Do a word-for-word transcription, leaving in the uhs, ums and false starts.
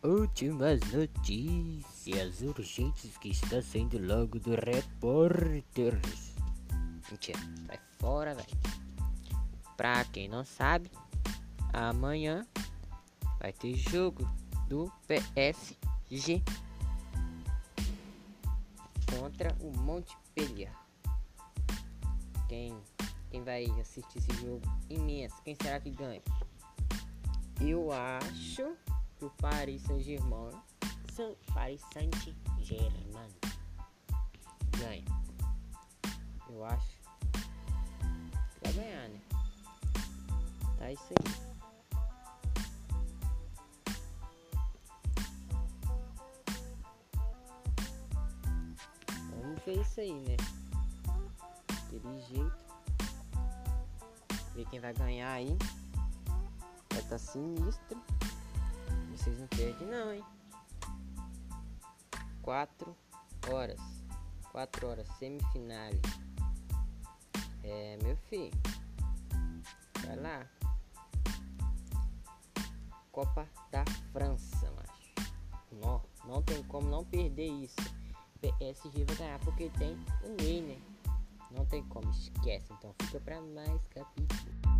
Últimas notícias urgentes que está saindo logo do Repórteres. Mentira, sai fora, velho. Pra quem não sabe, amanhã vai ter jogo do P S G contra o Montpellier. Quem, quem vai assistir esse jogo imenso? Quem será que ganha? Eu acho que o Paris Saint-Germain Paris Saint-Germain ganha. Eu acho que vai ganhar, né? Tá isso aí. Vamos ver isso aí, né? Daquele jeito. Ver quem vai ganhar aí. Vai estar sinistro. Vocês não perdem não, hein? Quatro horas. Quatro horas, semifinal. É, meu filho. Vai lá. Copa da França, macho. Não, não tem como não perder isso. P S G vai ganhar porque tem o Ney, né? Não tem como, esquece. Então fica pra mais capítulo.